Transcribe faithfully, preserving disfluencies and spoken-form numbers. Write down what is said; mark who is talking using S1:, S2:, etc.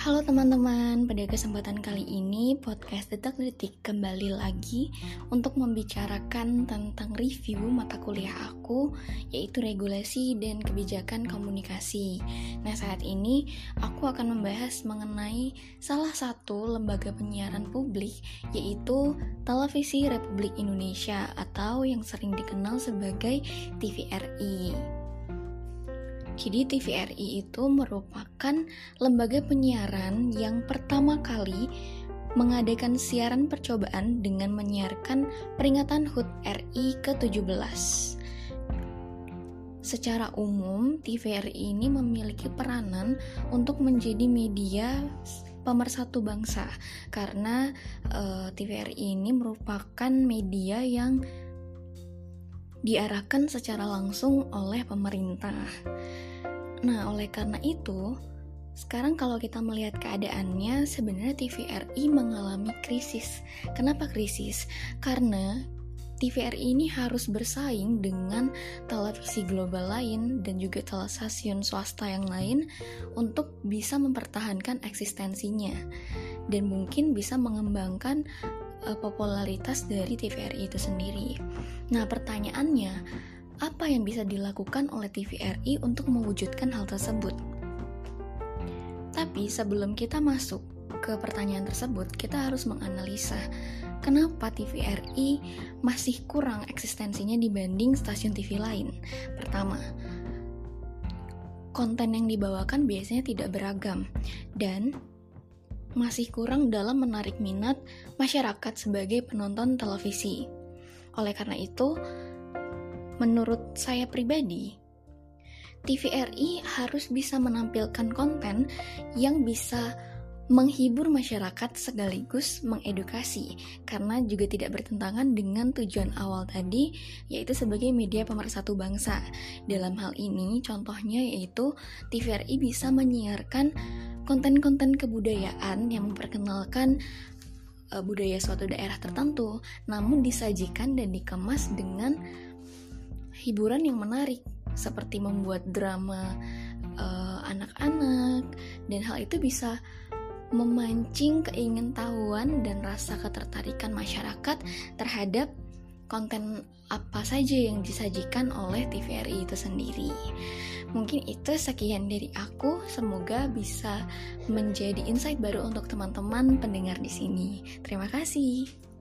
S1: Halo teman-teman, pada kesempatan kali ini podcast Detak-Detik kembali lagi untuk membicarakan tentang review mata kuliah aku, yaitu regulasi dan kebijakan komunikasi. Nah, saat ini aku akan membahas mengenai salah satu lembaga penyiaran publik, yaitu Televisi Republik Indonesia atau yang sering dikenal sebagai T V R I. Jadi T V R I itu merupakan lembaga penyiaran yang pertama kali mengadakan siaran percobaan dengan menyiarkan peringatan H U T R I ke tujuh belas. Secara umum, T V R I ini memiliki peranan untuk menjadi media pemersatu bangsa karena uh, T V R I ini merupakan media yang diarahkan secara langsung oleh pemerintah. Nah, oleh karena itu, sekarang kalau kita melihat keadaannya, sebenarnya T V R I mengalami krisis. Kenapa krisis? Karena T V R I ini harus bersaing dengan televisi global lain dan juga stasiun swasta yang lain untuk bisa mempertahankan eksistensinya dan mungkin bisa mengembangkan uh, popularitas dari T V R I itu sendiri. Nah, pertanyaannya, apa yang bisa dilakukan oleh T V R I untuk mewujudkan hal tersebut? Tapi sebelum kita masuk ke pertanyaan tersebut, kita harus menganalisa kenapa T V R I masih kurang eksistensinya dibanding stasiun T V lain. Pertama, konten yang dibawakan biasanya tidak beragam dan masih kurang dalam menarik minat masyarakat sebagai penonton televisi. Oleh karena itu, menurut saya pribadi, T V R I harus bisa menampilkan konten yang bisa menghibur masyarakat sekaligus mengedukasi, karena juga tidak bertentangan dengan tujuan awal tadi, yaitu sebagai media pemersatu bangsa. Dalam hal ini, contohnya yaitu T V R I bisa menyiarkan konten-konten kebudayaan yang memperkenalkan uh, budaya suatu daerah tertentu, namun disajikan dan dikemas dengan hiburan yang menarik, seperti membuat drama uh, anak-anak, dan hal itu bisa memancing keingintahuan dan rasa ketertarikan masyarakat terhadap konten apa saja yang disajikan oleh T V R I itu sendiri. Mungkin itu sekian dari aku, semoga bisa menjadi insight baru untuk teman-teman pendengar di sini. Terima kasih.